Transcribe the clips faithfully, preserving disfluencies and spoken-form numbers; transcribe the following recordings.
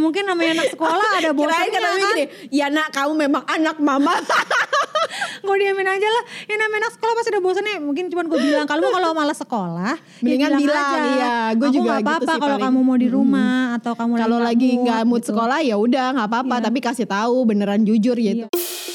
mungkin namanya anak sekolah ada bosannya kata kan. gini, ya nak kamu memang anak mama. Gue diamin aja lah. Yang namanya anak sekolah pasti ada bosannya. Mungkin cuma gue bilang kalau kalau malas sekolah, mendingan ya bilang, bilang, aja. iya, gue juga gak gitu apa-apa sih kalau paling. kamu mau di rumah hmm. atau kamu kalau lagi nggak mood gitu. sekolah ya udah nggak apa-apa, Iya. tapi kasih tahu beneran jujur gitu. Iya.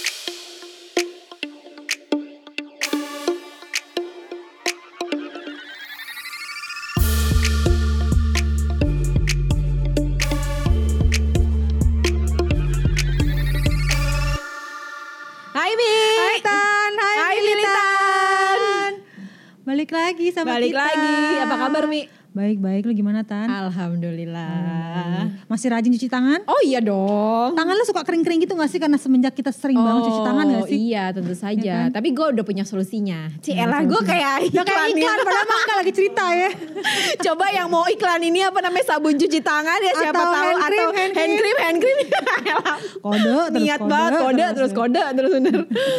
Hai Mi. Hai Tan, hai, Hai Militan. Balik lagi sama Balik kita. lagi. Apa kabar Mi? Baik-baik, lu gimana Tan? Alhamdulillah. Masih rajin cuci tangan? Oh iya dong. Tangan lu suka kering-kering gitu gak sih? Karena semenjak kita sering oh, banget cuci tangan gak sih? iya tentu saja. Ya kan? Tapi gue udah punya solusinya. Ya, Cielah gue kayak Udah kayak iklan iklan, nih. padahal mah enggak lagi cerita ya. Coba yang mau iklan ini apa namanya, sabun cuci tangan ya, siapa Atau tahu, hand cream, atau hand hand cream, hand cream. Kode, terus Niat kode, banget, kode terus kode terus bener.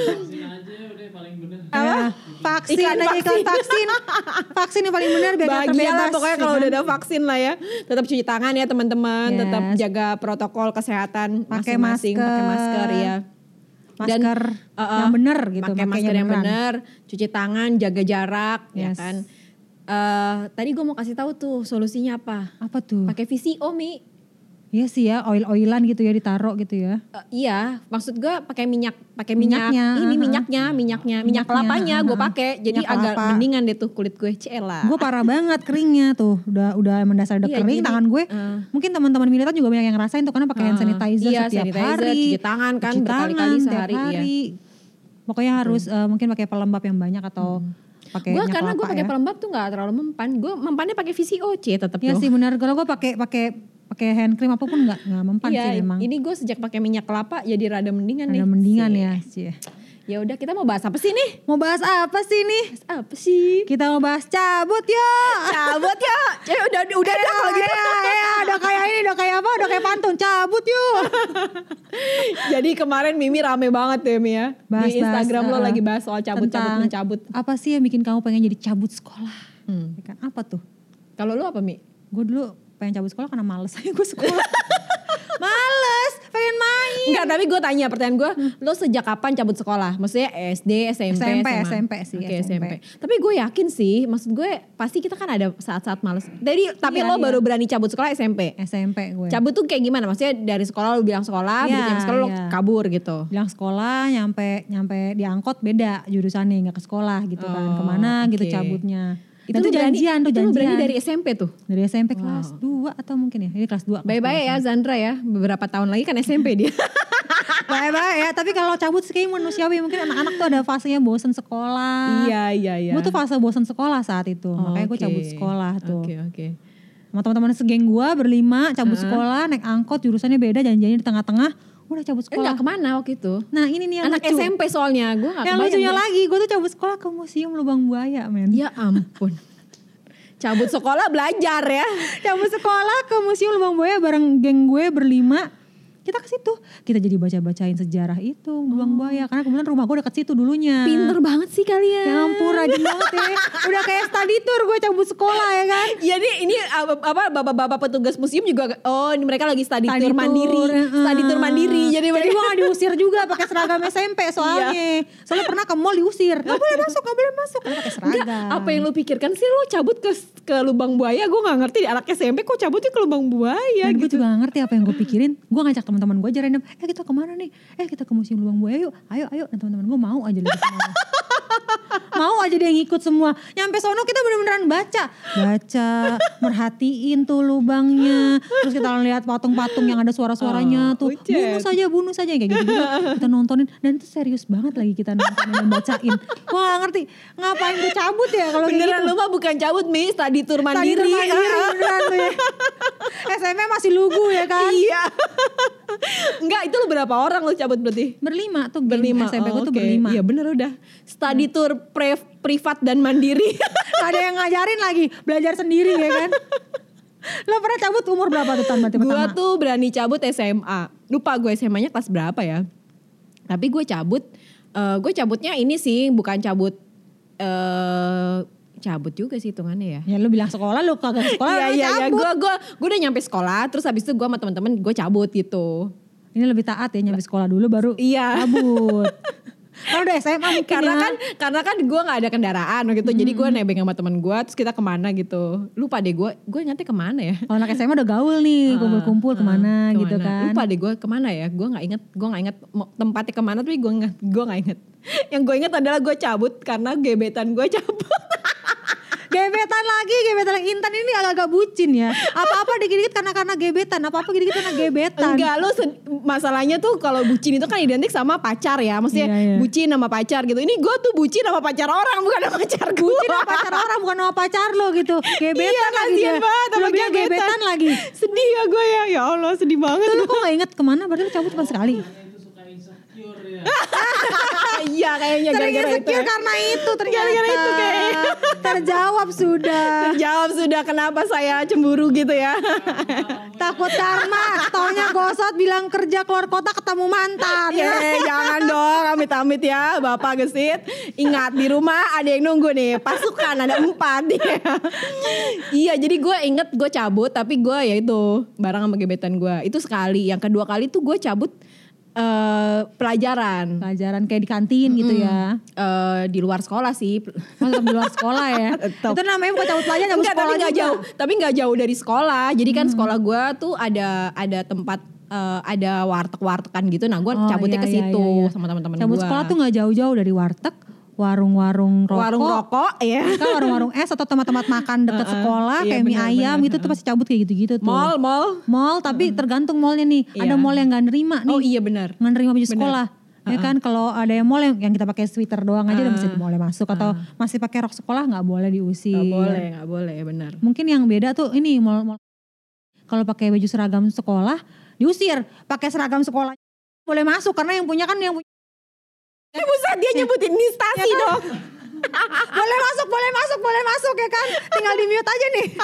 Ya, vaksin Iklan aja, iklan vaksin. vaksin. Vaksin yang paling benar biar gak Bahagia terbebas. lah pokoknya kalau ya udah kan? ada vaksin lah ya. Tetap cuci tangan ya teman-teman, Yes. tetap jaga protokol kesehatan Pakai masing-masing, masker. pakai masker ya. Masker uh, uh, yang benar gitu. Pakai makanya masker yang beneran. benar, cuci tangan, jaga jarak ya Yes. kan. Uh, tadi gue mau kasih tahu tuh solusinya apa? Apa tuh? Pakai V C O Mi. Iya sih ya, oil-oilan gitu ya ditaruh gitu ya. Uh, iya, maksud gue pakai minyak, pakai minyak Minyaknya, ini uh-huh. minyaknya, minyaknya, minyak Minyaknya, kelapanya gue uh-huh. pakai. Jadi Minyak agak kelapa. mendingan deh tuh kulit gue, cela. Gue parah banget keringnya tuh, udah udah emang dasar udah Iya, kering jadi, tangan gue. uh. Mungkin teman-teman militan juga banyak yang ngerasain tuh karena pakai hand Uh, sanitizer iya, setiap sanitizer, hari, cuci tangan kan, cuci berkali-kali tangan sehari, tiap iya. hari. Pokoknya harus uh, mungkin pakai pelembab yang banyak atau pakai Gue minyak karena gue kelapa pakai ya. pelembab tuh nggak terlalu mempan. Gue mempannya pakai V C O C tetap Iya tuh. sih benar, kalau gue pakai pakai pakai hand cream apapun nggak nggak mempan Iya, sih memang. ini gue sejak pakai minyak kelapa jadi rada mendingan nih. Ada mendingan Sih. ya sih. Ya udah, kita mau bahas apa sih nih? Mau bahas apa sih nih? Apa sih? Kita mau bahas cabut yuk. Cabut ya. Eh, udah udah udah kalau gitu. Ya, ya, udah kayak ini, udah kayak apa? Udah kayak pantun. Cabut yuk. Jadi kemarin Mimi rame banget ya Mi ya. Bahas, Di Instagram bahas, lo uh, lagi bahas soal cabut-cabut tentang mencabut. Apa sih yang bikin kamu pengen jadi cabut sekolah? Hmm. Ya kan? Apa tuh? Kalau lu apa Mi? Gue dulu pengen cabut sekolah karena males aja gue sekolah. Males, pengen main. Enggak, tapi gue tanya pertanyaan gue, lo sejak kapan cabut sekolah? Maksudnya S D, S M P, S M P, S M A? S M P sih, Oke, S M P. S M P. Tapi gue yakin sih, maksud gue pasti kita kan ada saat-saat males. Jadi, tapi Iya, lo iya. baru berani cabut sekolah S M P? S M P gue. Cabut tuh kayak gimana? Maksudnya dari sekolah lo bilang sekolah, Iya, begitu jam sekolah lo iya. kabur gitu? Bilang sekolah, nyampe nyampe di angkot beda jurusannya, nggak ke sekolah gitu kan. Oh, Kemana gitu oke. cabutnya. Itu Dan lo tuh berani- janjian tuh itu lo janjian. berani dari S M P tuh? Dari S M P Wow. kelas dua atau mungkin ya. Ini kelas dua. Bye-bye ya Zandra ya, beberapa tahun lagi kan S M P dia. Bye-bye ya. Tapi kalau cabut sih kayak manusiawi. Mungkin anak-anak tuh ada fasenya bosen sekolah. Iya, iya, iya. Gue tuh fase bosen sekolah saat itu. Makanya gue Oke. cabut sekolah tuh. Oke, oke. Sama teman-teman segeng gue berlima cabut Uh-huh. sekolah. Naik angkot jurusannya beda. Janjiannya di tengah-tengah. Udah cabut sekolah. Enggak, kemana waktu itu? Nah ini nih yang Anak lucu. S M P soalnya, gue gak Yang kebayang. lucunya gue. lagi. Gue tuh cabut sekolah ke Museum Lubang Buaya men. Ya ampun. Cabut sekolah belajar ya. Cabut sekolah ke Museum Lubang Buaya bareng geng gue berlima. Kita ke situ. Kita jadi baca-bacain sejarah itu Lubang Buaya. Karena kebetulan rumah gue deket situ dulunya. Pinter banget sih kalian. Ya ampun rajin banget ya. Udah kayak study tour gue cabut sekolah ya kan. Ya ini, ini apa bapak-bapak petugas museum juga, oh ini mereka lagi study, Study tour mandiri. tour, Study tour uh. mandiri. Jadi, Jadi gue gak diusir juga pakai seragam S M P soalnya. Soalnya pernah ke mall diusir. Gak boleh masuk, gak boleh masuk. Karena pakai seragam. Enggak, apa yang lu pikirkan sih lu cabut ke ke Lubang Buaya? Gue gak ngerti anak S M P kok cabutnya ke Lubang Buaya Dan gue gitu. juga gak ngerti apa yang gue pikirin. Gue ngajak teman-teman gue aja random. Eh kita kemana nih? Eh kita ke Museum Lubang Buaya yuk. Ayo ayo. Dan teman-teman gue mau aja lagi semua. Mau aja dia ngikut semua. Nyampe sono kita bener-beneran baca. Baca. Merhatiin tuh lubangnya. Terus kita lihat patung-patung yang ada suara-suaranya Oh, tuh. ucet. Bunuh saja, bunuh saja. Kayak gitu. Kita nontonin. Dan itu serius banget lagi kita nontonin dan bacain. Gue gak ngerti. Ngapain gue cabut ya kalau kayak Beneran gitu. lu mah bukan cabut Mi, study tour mandiri. Study tour mandiri beneran tuh ya. S M P masih lugu ya kan. Iya. Enggak, itu lu berapa orang lu cabut berarti? Berlima tuh. geng Berlima. S M P gue Oh, tuh oke. berlima. Iya bener udah. Study tour pre- privat dan mandiri. Gak ada yang ngajarin lagi. Belajar sendiri ya kan. Lo pernah cabut umur berapa tuh Tan? Berarti Gue pertama? tuh berani cabut S M A. Lupa gue S M A-nya kelas berapa ya. Tapi gue cabut, uh, gue cabutnya ini sih bukan cabut uh, cabut juga sih hitungannya ya. Ya lu bilang sekolah, lu kagak sekolah, Iya lu iya iya, cabut. gue gue gue udah nyampe sekolah, terus habis itu gue sama teman-teman gue cabut gitu. Ini lebih taat ya, nyampe sekolah dulu baru Iya. cabut. Kalau udah S M A mungkin Karena ya. kan karena kan gue nggak ada kendaraan gitu, jadi gue nebeng sama teman gue, terus kita kemana gitu. Lupa deh gue gue ingatnya kemana ya. Kalau anak S M A udah gaul nih, kumpul-kumpul kemana, gitu kan. Lupa deh gue kemana ya, gue nggak inget, gue nggak inget mau- tempatnya kemana, tapi gue nggak gue nggak inget. Yang gue inget adalah gue cabut karena gebetan gue cabut. Gebetan lagi, gebetan lagi. Intan ini agak-agak bucin ya. Apa-apa dikit-dikit karena karena gebetan, apa-apa dikit-dikit karena gebetan. Enggak, lo sen- masalahnya tuh kalau bucin itu kan identik sama pacar ya, maksudnya Iya, iya. bucin sama pacar gitu. Ini gue tuh bucin sama pacar orang, bukan sama pacar gue. Bucin sama pacar orang, bukan sama pacar lo gitu. Gebetan Iya, lagi kasihan dia. banget sama Belum bilang gebetan. gebetan lagi. Sedih ya gue ya, ya Allah sedih banget. Tuh lu kok gak inget kemana, berarti lu cabut cuma sekali. Iya kayaknya Sering gara-gara itu. insecure ya. karena itu ternyata. Gara-gara itu kayaknya. Terjawab sudah. Terjawab sudah kenapa saya cemburu gitu ya. Takut karma, taunya gosot bilang kerja keluar kota ketemu mantan. Ye, jangan dong amit-amit ya Bapak Gesit. Ingat di rumah ada yang nunggu nih, pasukan ada empat ya. Iya jadi gue inget gue cabut, tapi gue ya itu bareng sama gebetan gue. Itu sekali, yang kedua kali tuh gue cabut eh, pelajaran. Pelajaran kayak di kantin gitu ya. Eh, di luar sekolah sih. Oh, tetap di luar sekolah ya. Tetap. Itu namanya bukan cabut pelajaran, cabut Enggak, sekolah tapi nggak juga. jauh, tapi nggak jauh dari sekolah. Jadi kan sekolah gue tuh ada ada tempat eh, ada warteg-wartegan gitu. Nah gue Oh, cabutnya iya, ke iya, situ iya, iya. sama teman-teman gue. Cabut sekolah tuh nggak jauh-jauh dari warteg, warung-warung rokok. warung rokok ya. Kan warung-warung es atau tempat-tempat makan dekat Uh-uh, sekolah iya, kayak mie benar, ayam benar. gitu tuh pasti cabut kayak gitu-gitu tuh. Mall, mall. Mall tapi tergantung mallnya nih. Ada Iya. mall yang gak nerima nih. Oh iya benar. Nggak nerima baju Benar. sekolah. Ya kan kalau ada yang mall yang, yang kita pakai sweater doang aja udah bisa boleh masuk atau masih pakai rok sekolah nggak boleh diusir. Gak boleh, gak boleh, benar. Mungkin yang beda tuh ini mall, mall. Kalau pakai baju seragam sekolah diusir, pakai seragam sekolah boleh masuk karena yang punya kan yang punya. Eh buset dia nyebutin instansi Ya kan? dong. Boleh masuk, boleh masuk, boleh masuk ya kan. Tinggal di mute aja nih.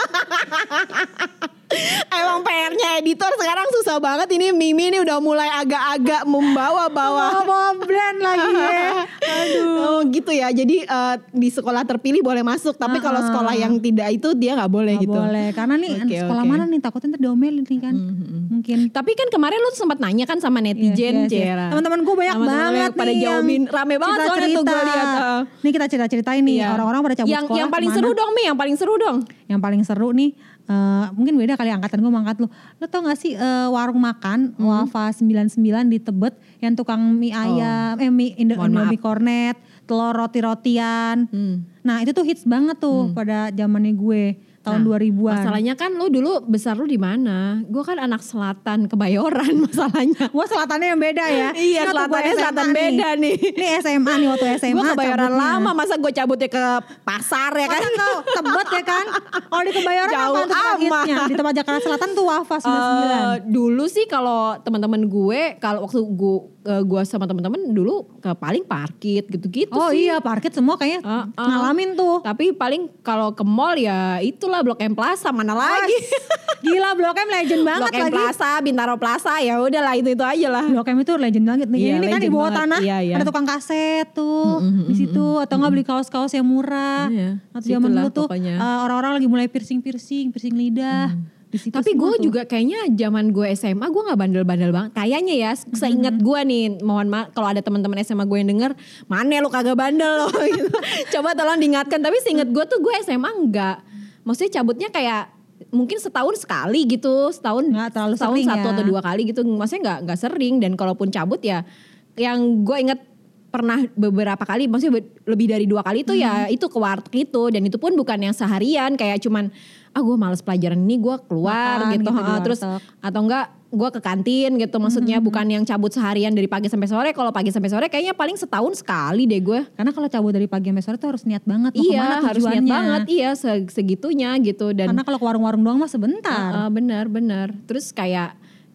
Emang P R-nya editor sekarang susah banget. Ini Mimi ini udah mulai agak-agak membawa-bawa. Bawa brand lagi ya. Aduh. Oh gitu ya. Jadi eh, di sekolah terpilih boleh masuk, tapi kalau Uh-uh. sekolah yang tidak itu dia nggak boleh Gak gitu. boleh. Karena nih Oke, sekolah oke. mana nih takutnya ntar diomelin nih kan. Mungkin. Tapi kan kemarin lu sempat nanya kan sama Iya, netizen, iya, iya. Cera. Teman-teman gue banyak Teman-teman banget yang pada nih jawabin. Rame banget soalnya tuh gue lihat. uh. Nih kita cerita-ceritain nih Iya. orang-orang pada cabut yang, sekolah Yang paling kemana. seru dong Mi, yang paling seru dong. Yang paling seru nih eh, mungkin beda kali angkatan gue mangkat lu. Lu tau gak sih eh, warung makan Hmm. Wafa sembilan puluh sembilan di Tebet yang tukang mie ayam, eh mie Indo, Oh. Mohon Indomie maaf. kornet, telur roti-rotian. Hmm. Nah itu tuh hits banget tuh pada zamannya gue tahun Nah, dua ribuan. Masalahnya kan lu dulu besar lu di mana? Gue kan anak selatan Kebayoran masalahnya. Gue selatannya yang beda ya. Iya, Ini waktu selatannya gue S M A selatan nih. beda nih. Ini S M A nih waktu S M A. Gue Kebayoran cabutnya. lama, masa gue cabutnya ke pasar ya kan? Kan kau Tebet ya kan. Kalau di Kebayoran Jauh apa tuh tempat amat. hitsnya? Di tempat Jakarta Selatan tuh Wafa sembilan puluh sembilan. Eh, dulu sih kalau teman-teman gue, kalau waktu gue gue sama teman-teman dulu ke paling parkit gitu-gitu Oh sih. iya parkit semua kayaknya Uh, uh. ngalamin tuh. Tapi paling kalau ke mall ya itulah Blok M Plaza, mana lagi? Gila Blok M legend banget Blok M lagi. Plaza, Bintaro Plaza, ya udahlah itu-itu aja lah. Blok M itu legend banget nih. Iya, Ini kan di legend bawah banget. tanah Iya, iya. ada tukang kaset tuh di situ atau nggak beli kaos-kaos yang murah. Iya, Atau zaman situlah dulu tuh pokoknya. eh, orang-orang lagi mulai piercing-piercing, piercing lidah. Di situ Tapi semua gue tuh. juga kayaknya zaman gue S M A gue nggak bandel-bandel banget. Kayaknya ya, seingat gue nih, mohon maaf kalau ada teman-teman S M A gue yang denger, mana lu kagak bandel lo gitu. Coba tolong diingatkan. Tapi seingat gue tuh gue S M A enggak. Maksudnya cabutnya kayak mungkin setahun sekali gitu, setahun Nggak terlalu setahun sering satu ya. atau dua kali gitu. Maksudnya nggak nggak sering, dan kalaupun cabut ya, yang gue inget pernah beberapa kali, maksudnya be- lebih dari dua kali itu ya itu ke warteg itu, dan itu pun bukan yang seharian, kayak cuman ah gue males pelajaran ini gue keluar Makan gitu, gitu di ha, terus warteg. atau enggak gue ke kantin gitu, maksudnya bukan yang cabut seharian dari pagi sampai sore. Kalau pagi sampai sore kayaknya paling setahun sekali deh gue. Karena kalau cabut dari pagi sampai sore tuh harus niat banget mau Iya kemana harus niat tujuannya. banget, iya se- segitunya gitu. Dan Karena kalau ke warung-warung doang mah sebentar. uh, uh, benar benar. Terus kayak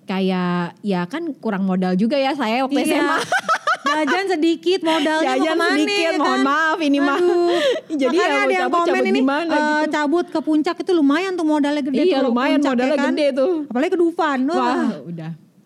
kayak ya kan kurang modal juga ya saya waktu S M A. Jajan sedikit modalnya mau Jajan kemana sedikit, ya mohon kan? maaf ini mah. Aduh. Jadi Makanya ya mau ada yang cabut, komen cabut ini gimana eh, gitu. cabut ke puncak itu lumayan tuh modalnya gede Iya, tuh. lumayan Puncak, modalnya ya kan? gede tuh. Apalagi ke Dufan. Wah. Wah udah.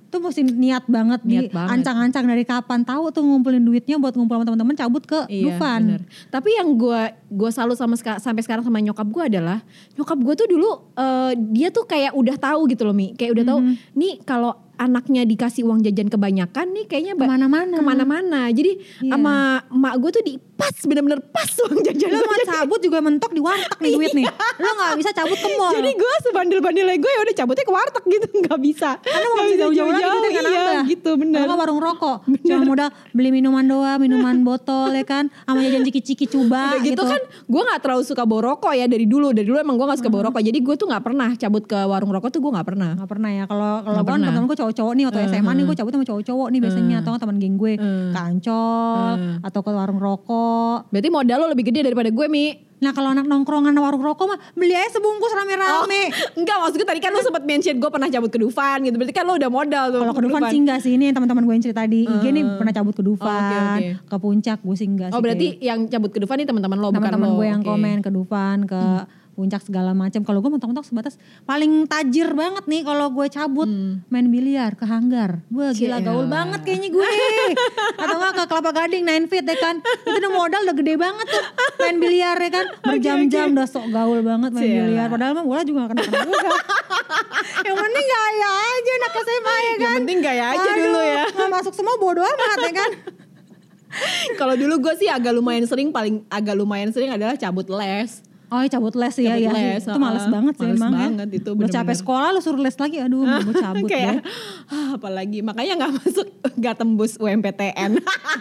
Tuh mesti niat banget, Niat di banget. ancang-ancang dari kapan tahu tuh ngumpulin duitnya buat ngumpul sama teman-teman cabut ke Iya, Dufan. bener. Tapi yang gue gue selalu sama seka- sampai sekarang sama nyokap gue adalah nyokap gue tuh dulu eh, dia tuh kayak udah tahu gitu loh Mi, kayak udah tahu nih kalau anaknya dikasih uang jajan kebanyakan nih kayaknya ba- Kemana-mana. kemana-mana. Jadi Iya. sama emak gue tuh di pas bener-bener pas uang jajan. Lo mau cabut juga mentok di warteg nih duit nih. Lo gak bisa cabut ke mall. Jadi gue sebandel-bandelnya gue ya udah cabutnya ke warteg gitu, nggak bisa. Karena mau Nggak bisa jauh-jauh lagi gitu kan iya, nambah. gitu bener. Kalau nggak warung rokok, cuma modal beli minuman doang, minuman botol ya kan, sama jajan ciki-ciki cuba Udah gitu, gitu. kan gue gak terlalu suka bawa rokok ya dari dulu. Dari dulu emang gue gak suka bawa rokok. Jadi gue tuh gak pernah cabut ke warung rokok tuh gue gak pernah. Nggak pernah ya. Kalau kalau Nggak gue kan pernah. temen gue cowok-cowok nih waktu S M A nih gue cabut sama cowok-cowok nih biasanya atau nggak teman geng gue ke Ancol atau ke warung rokok. Berarti modal lo lebih gede daripada gue Mi. Nah kalau anak nongkrongan warung rokok mah beli aja sebungkus rame-rame. Enggak, maksud gue tadi kan lo sempet mention gue pernah cabut ke Dufan gitu. Berarti kan lo udah modal tuh. Kalau ke Dufan sih enggak sih, ini teman-teman gue yang cerita di I G nih pernah cabut ke Dufan, Oh, oke, oke. ke puncak gue sih enggak sih. Oh berarti yang cabut ke Dufan ini teman-teman lo bukan lo. teman-teman gue yang Oke. komen ke Dufan, ke puncak segala macam. Kalau gue mentok-mentok sebatas paling tajir banget nih kalau gue cabut main biliar ke Hanggar. Gue gila gaul Cielah. banget kayaknya gue. Atau enggak ke Kelapa Gading nine feet ya kan. Itu udah modal udah gede banget tuh main biliar ya kan. Berjam-jam udah sok gaul banget main Cielah. biliar. Padahal mah bola juga gak kena-kena juga. Yang penting gaya aja anak S M A ya kan. Yang penting gaya aja dulu ya. Gak masuk semua bodo amat ya kan. Kalau dulu gue sih agak lumayan sering, paling agak lumayan sering adalah cabut les. Oh iya cabut les ya, Cabut ya les, itu males uh-uh. banget sih Males emang banget ya. itu, Udah capek bener-bener. sekolah lu suruh les lagi, aduh mau cabut Kayak ya. ah, apalagi makanya nggak masuk, nggak tembus U M P T N.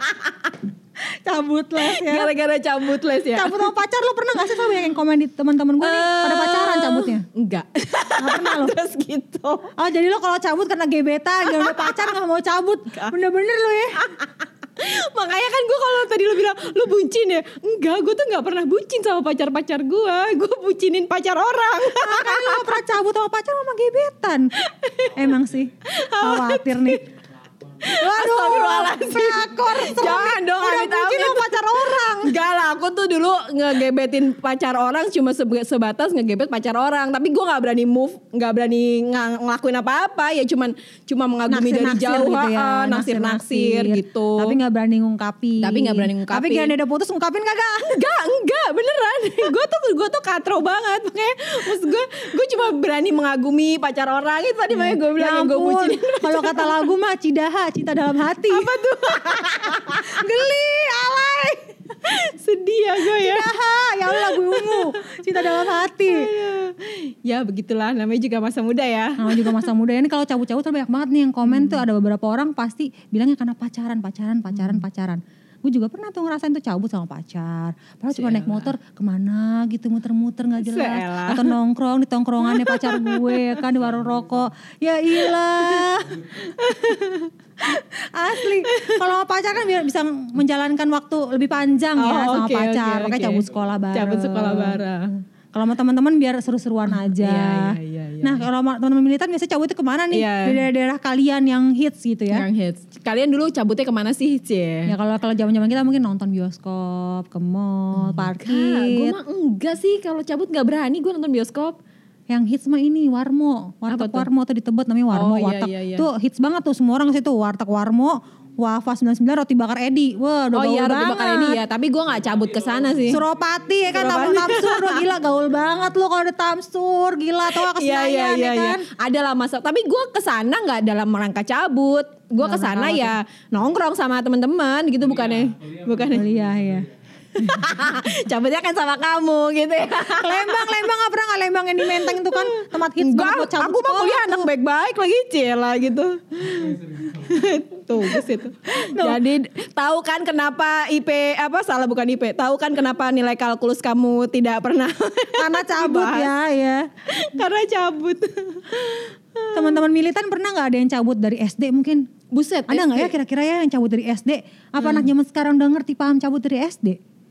Cabut les ya. Gara-gara cabut les ya. Cabut sama pacar lu pernah gak sih sama yang komen di teman-teman gue nih pada pacaran cabutnya? Enggak. Gak pernah lo. Terus gitu. Oh jadi lo kalau cabut karena gebetan, gak udah pacar gak mau cabut. Bener-bener lo ya. Makanya kan gue kalau tadi lu bilang lu bucin ya, enggak, gue tuh nggak pernah bucin sama pacar-pacar gue, gue bucinin pacar orang. Makanya lo gak pernah cabut sama pacar sama gebetan. Emang sih khawatir nih. Waduh, Astagfirullahaladzim. pelakor. Jangan dong, Udah amit-amit. bucin sama pacar orang. Enggak lah, aku tuh dulu ngegebetin pacar orang cuma sebe- sebatas ngegebet pacar orang, tapi gue nggak berani move, nggak berani ng- ngelakuin apa-apa, ya cuman cuma mengagumi dari Naksir-naksir jauh, gitu ya, ha, naksir-naksir gitu. Tapi gak berani ngungkapin. Tapi nggak berani ngungkapin. Tapi gak udah putus ngungkapin kagak? Enggak, enggak, beneran. Gue tuh gue tuh katro banget. Makanya maksud gue, gue cuma berani mengagumi pacar orang. Itu tadi makanya gue bilang Ya yang gue ampun, bucinin. kalau kata lagu mah Cidaha, cinta dalam hati. Apa tuh? Geli, alay. Sedih ya gue ya. Cidaha, ya Allah lagu ungu. Cinta dalam hati. Ya begitulah, namanya juga masa muda ya. Nah juga masa muda ini kalau cabut-cabut tuh banyak banget nih yang komen tuh, ada beberapa orang pasti bilangnya karena pacaran, pacaran, pacaran, pacaran. Gue juga pernah tuh ngerasain tuh cabut sama pacar. Padahal cuma naik motor kemana gitu muter-muter gak jelas. Seelah. Atau nongkrong di tongkrongannya pacar gue ya kan di warung rokok. Ya ilah. Asli. Kalau sama pacar kan biar bisa menjalankan waktu lebih panjang ya Oh, sama oke, pacar. oke, Makanya oke. cabut sekolah bareng. Cabut sekolah bareng. Kalau sama teman-teman biar seru-seruan aja. Iya, iya, iya, Nah kalau sama teman-teman militan biasanya cabutnya kemana nih? Iya. Di daerah-daerah kalian yang hits gitu ya? Yang hits. Kalian dulu cabutnya kemana sih, Cie? Ya kalau kalau zaman-zaman kita mungkin nonton bioskop, ke mall, Gue parkir. mah enggak sih, kalau cabut nggak berani gue nonton bioskop. Yang hits mah ini Warmo, warteg Apa tuh? Warmo tuh di Tebet namanya Oh, Warmo, iya, warteg. iya, iya. Tuh hits banget tuh semua orang ke situ, warteg Warmo, Wafa sembilan puluh sembilan, roti bakar Edi. Wah, udah Oh gaul iya, roti banget. bakar ini ya, tapi gue nggak cabut ke sana sih. Suropati ya kan, Suropati. tamu Tamsur, udah gila gaul banget lu kalau ada Tamsur, gila atau nggak ke Iya Senayan iya iya ya iya. kan. Ada lah masa, tapi gue kesana nggak dalam rangka cabut. Gue Dalam kesana rangka ya nongkrong sama teman-teman gitu, bukannya bukannya Kuliah ya. cabutnya kan sama kamu gitu ya. Lembang, Lembang gak pernah gak Lembang yang di Menteng itu kan tempat hits Enggak, banget buat cabut aku mah sekolah kuliah tuh. anak baik-baik lagi Cela gitu. Tuh ke situ. Jadi tahu kan kenapa I P apa salah bukan I P. Tahu kan kenapa nilai kalkulus kamu tidak pernah Karena cabut dibahas? ya, ya. Karena cabut. Teman-teman militan pernah gak ada yang cabut dari S D mungkin? Buset. Ada nggak ya kira-kira ya yang cabut dari S D? Apa anak zaman sekarang udah ngerti paham cabut dari S D?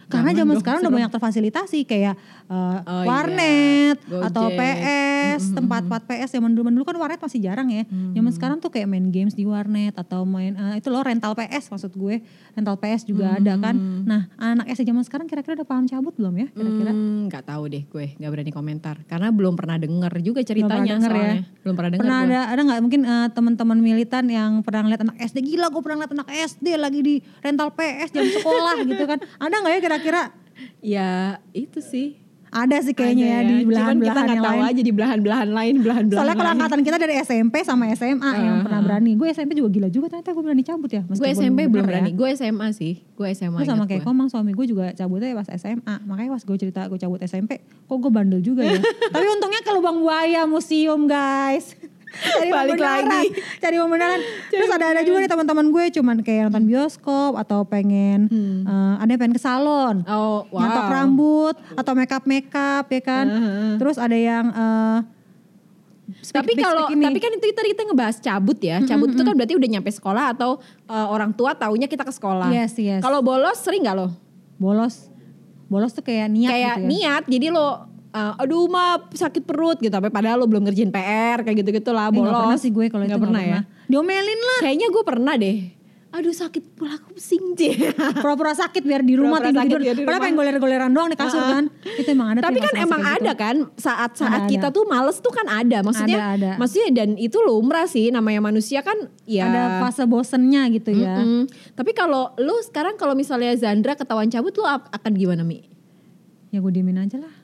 Karena Jangan zaman dong, sekarang udah serem. banyak terfasilitasi kayak uh, Oh, warnet iya. atau Gojek. P S, tempat-tempat P S. Zaman dulu, dulu kan warnet masih jarang ya. Zaman sekarang tuh kayak main games di warnet atau main uh, itu loh rental P S maksud gue. Rental P S juga ada kan. Nah, anak S D zaman sekarang kira-kira udah paham cabut belum ya? Kira-kira Hmm, nggak tahu deh gue, nggak berani komentar karena belum pernah denger juga ceritanya denger ya. soalnya. Belum pernah denger. Pernah gue. ada ada nggak mungkin uh, teman-teman militan yang pernah ngeliat anak S D, gila gue pernah ngeliat anak S D lagi di rental P S jam sekolah gitu kan. Ada nggak ya kira-kira? Ya itu sih. Ada sih kayaknya Ada ya, di Cuman kita belahan-belahan nggak yang tahu lain. aja di belahan-belahan lain, belahan-belahan Soalnya kalau lain. angkatan kita dari S M P sama S M A yang pernah berani. Gue S M P juga gila juga ternyata gue berani cabut ya. Gue meskipun S M P belum bener berani, ya. gue S M A sih. Gue S M A Gue sama ingat kayak gue. Komang, suami gue juga cabutnya pas S M A. Makanya pas gue cerita gue cabut S M P, kok gue bandel juga ya. Tapi untungnya ke Lubang Buaya museum guys. Cari Balik pembenaran, lagi. cari pembenaran. Terus ada-ada juga nih teman-teman gue cuman kayak nonton bioskop atau pengen eh, ada yang pengen ke salon. Oh, wow. Nyatok rambut atau makeup makeup ya kan. Terus ada yang eh, speak- Tapi speak- kalau speak ini. tapi kan itu tadi kita ngebahas cabut ya. Cabut itu kan berarti udah nyampe sekolah atau uh, orang tua taunya kita ke sekolah. Yes, yes. Kalau bolos sering nggak lo? bolos, bolos tuh kayak niat Kayak gitu ya. niat, jadi lo uh, aduh ma sakit perut gitu, tapi padahal lo belum ngerjain P R kayak gitu-gitu lah, Eh, bolos. nggak pernah sih gue kalau itu Nggak nggak pernah ya. Diomelin lah. Kayaknya gue pernah deh. Aduh sakit pula pusing deh. Pura-pura sakit biar di rumah Pura-pura tidur-tidur. sakit biar di Padahal rumah. pengen goler-goleran doang di kasur Uh-uh. kan. Itu emang ada. tuh Tapi yang kan masa-masa emang kayak ada gitu. kan saat-saat Ada, kita ada. tuh males tuh kan ada. Maksudnya Ada, ada. maksudnya dan itu lumrah sih, namanya manusia kan ya. Ada fase bosennya gitu ya. Mm-mm. Tapi kalau lu sekarang kalau misalnya Zandra ketahuan cabut lu ap- akan gimana Mi? Ya gue diemin aja lah.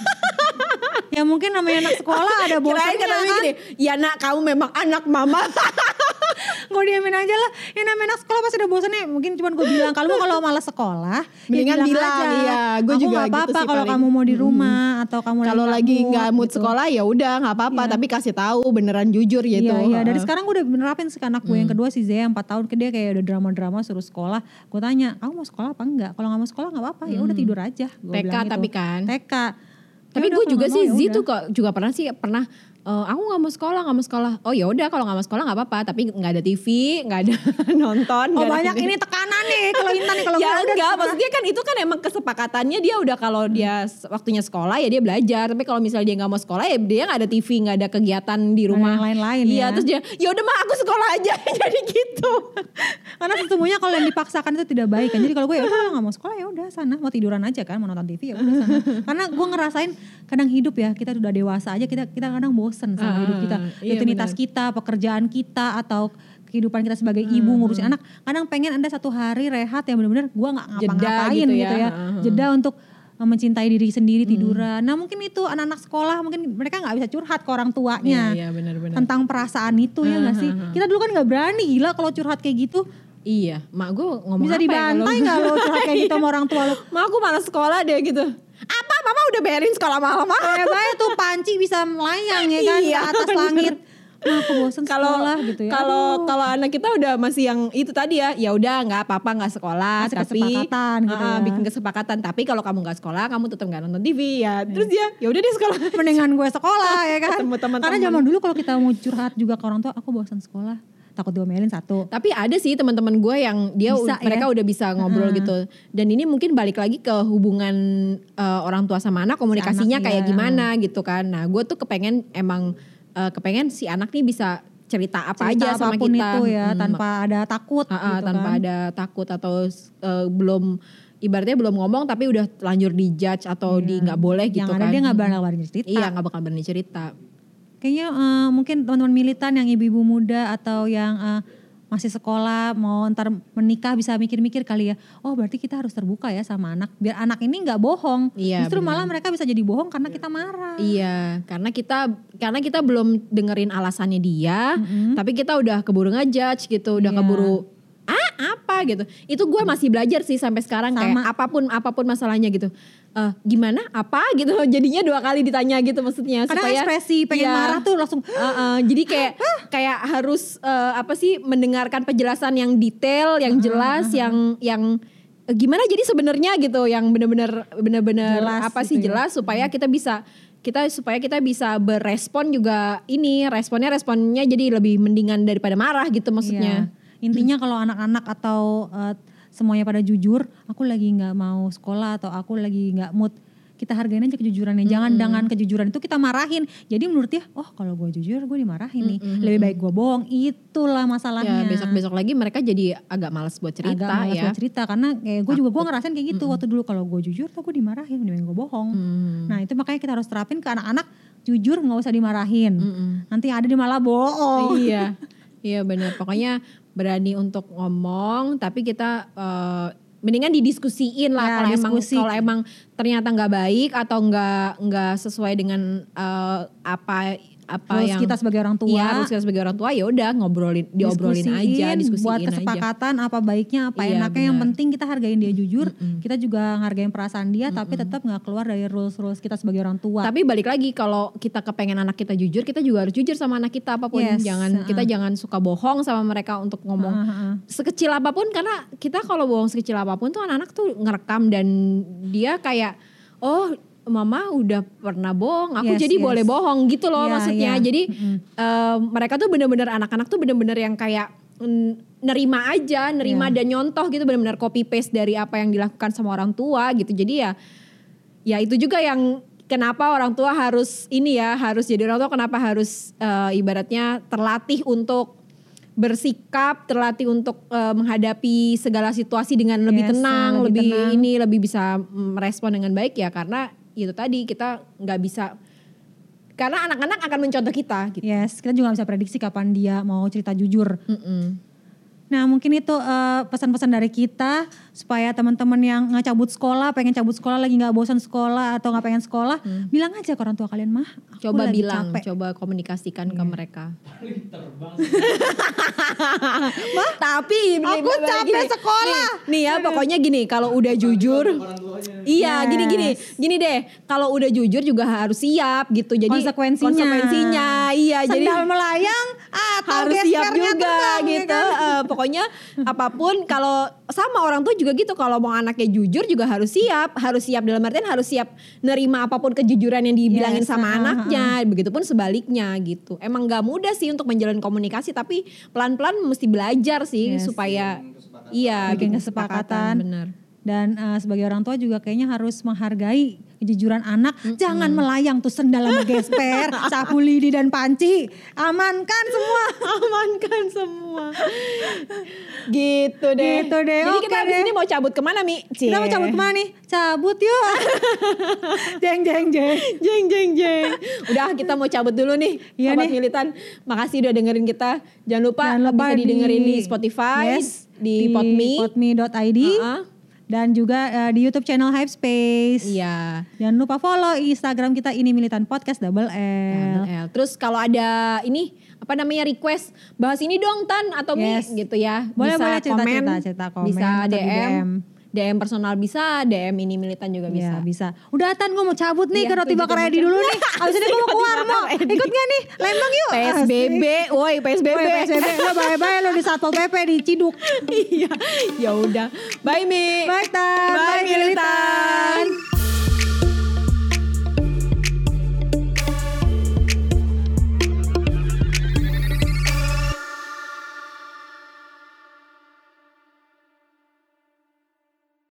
Ya mungkin namanya anak sekolah ada Kirain bosennya kata Mi kan. gini, ya nak kamu memang anak mama. Gue diemin aja lah. Ya namanya anak sekolah pasti ada bosennya. Mungkin cuman gue bilang kalau kalau malas sekolah, Mendingan ya bilang, aja. iya. Gue Aku juga nggak gitu apa-apa sih kalau paling. kamu mau di rumah atau kamu Kalau lagi nggak mood gitu. sekolah ya udah nggak apa-apa, Iya. tapi kasih tahu beneran jujur gitu. Iya, iya. Dari Heeh. sekarang gue udah nerapin sih ke anak gue yang kedua si Zea empat tahun, ke dia kayak udah drama-drama suruh sekolah. Gue tanya, kamu mau sekolah apa enggak? Kalau nggak mau sekolah nggak apa-apa, ya udah tidur aja. Gua T K bilang gitu. tapi kan. T K. Tapi Ya udah, gue kalau juga nggak sih mau, ya Z udah. tuh kok juga pernah sih pernah eh, aku nggak mau sekolah nggak mau sekolah. Oh ya udah kalau nggak mau sekolah nggak apa-apa. Tapi nggak ada T V, nggak ada nonton. Oh nggak ada banyak ini tekanan nih kalau Intan nih kalau ya gue udah enggak, sekolah. maksudnya kan itu kan emang kesepakatannya dia udah kalau dia s- waktunya sekolah ya dia belajar. Tapi kalau misalnya dia nggak mau sekolah ya dia nggak ada T V, nggak ada kegiatan di Ada rumah. yang lain-lain Iya, ya. terus dia ya udah mah aku sekolah aja jadi gitu. Karena sesungguhnya kalau yang dipaksakan itu tidak baik kan. Jadi kalau gue ya udah kalau nggak mau sekolah ya udah sana, mau tiduran aja kan, mau nonton T V ya udah sana. Karena gue ngerasain kadang hidup ya, kita udah dewasa aja kita kita kadang bosen sama Ah, hidup kita, iya rutinitas benar. kita, pekerjaan kita atau kehidupan kita sebagai ibu ngurusin anak. Kadang pengen ada satu hari rehat yang benar-benar gue nggak ngapa-ngapain gitu gitu, ya. ya, Ah, ah. jeda untuk uh, mencintai diri sendiri, tiduran. Nah mungkin itu anak-anak sekolah mungkin mereka nggak bisa curhat ke orang tuanya Iya, iya benar-benar. tentang perasaan itu ya nggak sih? Kita dulu kan nggak berani gila kalau curhat kayak gitu. Iya, mak gue ngomong Bisa apa ya dibantai kalau- nggak lo curhat kayak gitu sama orang tua lo? Ma aku malas sekolah deh gitu. Apa mama udah bayarin sekolah malam ah? Kayak baik tuh panci bisa melayang ya kan Iya, ke atas bener. langit. Nah, aku bosen Kalau sekolah gitu ya. kalau Aduh. kalau anak kita udah masih yang itu tadi ya, ya udah nggak apa-apa nggak sekolah, Kasih tapi kesepakatan gitu Ah, ya. bikin kesepakatan. Tapi kalau kamu nggak sekolah, kamu tetap nggak nonton T V ya. Terus dia ya udah deh sekolah. Mendingan gue sekolah ya kan. Ketemu teman-teman. Karena zaman dulu kalau kita mau curhat juga ke orang tua, aku bosan sekolah. Takut diomelin satu. Tapi ada sih teman-teman gue yang dia Bisa, u- mereka ya? udah bisa ngobrol gitu. Dan ini mungkin balik lagi ke hubungan eh, orang tua sama anak, komunikasinya anak, kayak iya. gimana gitu kan. Nah, gue tuh kepengen emang eh, kepengen si anak nih bisa cerita apa Cerita aja sama apapun kita. itu ya, Hmm, tanpa ada takut Ah, ah, gitu tanpa kan. ada takut atau eh, belum ibaratnya belum ngomong tapi udah lanjur di judge atau di nggak boleh gitu Yang ada kan. dia nggak bakal berani cerita. Iya nggak bakal berani cerita. Kayaknya eh, mungkin teman-teman militan yang ibu-ibu muda atau yang eh, masih sekolah mau ntar menikah bisa mikir-mikir kali ya. Oh berarti kita harus terbuka ya sama anak. Biar anak ini nggak bohong. Iya, Justru benar. malah mereka bisa jadi bohong karena kita marah. Iya, karena kita karena kita belum dengerin alasannya dia, tapi kita udah keburu ngejudge gitu, udah Iya. keburu ah apa gitu. Itu gue masih belajar sih sampai sekarang kayak Sama. apapun apapun masalahnya gitu. Eh gimana? Apa gitu? Jadinya dua kali ditanya gitu maksudnya Kadang supaya ekspresi pengen Iya. marah tuh langsung Uh, uh, jadi kayak kayak harus uh, apa sih mendengarkan penjelasan yang detail, yang jelas, yang yang uh, gimana jadi sebenarnya gitu, yang benar-benar benar-benar Jelas apa gitu sih ya. jelas supaya kita bisa kita supaya kita bisa berespon juga ini responnya responnya jadi lebih mendingan daripada marah gitu maksudnya. Iya. Intinya kalau anak-anak atau eh, semuanya pada jujur, aku lagi nggak mau sekolah atau aku lagi nggak mood. Kita hargain aja kejujurannya, jangan Mm-mm. dengan kejujuran itu kita marahin. Jadi menurut dia, oh kalau gue jujur gue dimarahin nih, Mm-mm. lebih baik gue bohong. Itulah masalahnya. Ya besok-besok lagi mereka jadi agak malas buat cerita Agak malas ya. buat cerita karena kayak gue juga gue ngerasain kayak gitu. Waktu dulu kalau gue jujur tuh gue dimarahin, lebih baik gue bohong. Hmm. Nah itu makanya kita harus terapin ke anak-anak, jujur nggak usah dimarahin. Mm-mm. Nanti ada di malah bohong. Iya, iya benar. Pokoknya berani untuk ngomong, tapi kita uh, mendingan didiskusiin lah Ya, kalau emang diskusi. kalau emang ternyata nggak baik atau nggak nggak sesuai dengan uh, apa apa Rules yang kita sebagai orang tua. Iya, harus kita sebagai orang tua ya udah ngobrolin, diobrolin aja, diskusiin buat aja. kesepakatan apa baiknya, apa Iya, enaknya. Yang benar. penting kita hargain dia jujur, kita juga hargain perasaan dia, tapi tetap nggak keluar dari rules-rules kita sebagai orang tua. Tapi balik lagi kalau kita kepengen anak kita jujur, kita juga harus jujur sama anak kita apapun. Yes, Jangan uh-uh. kita jangan suka bohong sama mereka untuk ngomong Uh-uh. sekecil apapun, karena kita kalau bohong sekecil apapun tuh anak-anak tuh ngerekam dan dia kayak oh mama udah pernah bohong, aku Yes, jadi yes. boleh bohong gitu loh Iya, maksudnya. iya. Jadi Mm-mm. eh, mereka tuh bener-bener anak-anak tuh bener-bener yang kayak mm, nerima aja, nerima Iya. dan nyontoh gitu, bener-bener copy paste dari apa yang dilakukan sama orang tua gitu. Jadi ya ya itu juga yang kenapa orang tua harus ini ya, harus jadi orang tua, kenapa harus eh, ibaratnya terlatih untuk bersikap, terlatih untuk eh, menghadapi segala situasi dengan lebih Yes, tenang, lebih lebih, tenang. ini lebih bisa merespon dengan baik ya, karena itu tadi kita nggak bisa, karena anak-anak akan mencontoh kita gitu. Yes, kita juga gak bisa prediksi kapan dia mau cerita jujur. Mm-mm. Nah mungkin itu eh, pesan-pesan dari kita supaya teman-teman yang nggak cabut sekolah, pengen cabut sekolah lagi nggak bosan sekolah atau nggak pengen sekolah, bilang aja ke orang tua kalian, mah aku Coba lagi bilang, capek. coba komunikasikan ke mereka. Mah, Tapi aku gini, capek gini, sekolah. Nih, nih ya pokoknya gini, kalau udah jujur, iya Yes. gini gini, gini deh, kalau udah jujur juga harus siap gitu. Jadi Konsekuensinya. konsekuensinya, iya. Jadi Sendal melayang atau harus siap gespernya juga terbang, ya gitu. kan? Eh, pokoknya apapun, kalau sama orang tua juga gitu. Kalau mau anaknya jujur juga harus siap, harus siap dalam artian harus siap nerima apapun kejujuran yang dibilangin Yes, sama uh-uh, anaknya. Begitupun sebaliknya gitu. Emang nggak mudah sih untuk menjalin komunikasi, tapi pelan-pelan mesti belajar sih Yes. supaya iya Bikin bikin kesepakatan. bener. Dan eh, sebagai orang tua juga kayaknya harus menghargai kejujuran anak. Jangan melayang tuh sendal sama gesper, sapu lidi dan panci. Amankan semua. Amankan semua. Gitu deh. Gitu deh, Jadi oke kita habis deh. ini mau cabut kemana, Mi? Kita mau cabut kemana nih? Cabut yuk. jeng jeng jeng. Jeng jeng jeng. Udah kita mau cabut dulu nih, Iya Sobat nih. Militan. Makasih udah dengerin kita. Jangan lupa, Jangan lupa bisa didengerin di, di- Spotify, Yes, di, Podme. podme dot i d Uh-uh. dan juga eh, di YouTube channel Hype Space. Iya. Jangan lupa follow Instagram kita ini Militan Podcast double L. L. Terus kalau ada ini apa namanya request bahas ini dong Tan atau Yes. Mi gitu ya. Boleh, bisa boleh, cerita, komen, cerita, cerita, komen bisa atau D di M, D M. D M personal bisa, D M ini Militan juga bisa. Bisa, bisa. Udah Tan, gue mau cabut nih Iya, ke Roti gua Bakar juga mau Edi dulu cabut. nih. Abis ini gue mau keluar Roti mau. Bakar Edi. Ikut gak nih? Lembang yuk. P S B B, woi P S B B. Woi, P S B B. Lo bye-bye lo di Satpol P P di Ciduk. Iya, ya udah. Bye Mi. Bye Tan. Bye, Bye, Militan. Militan.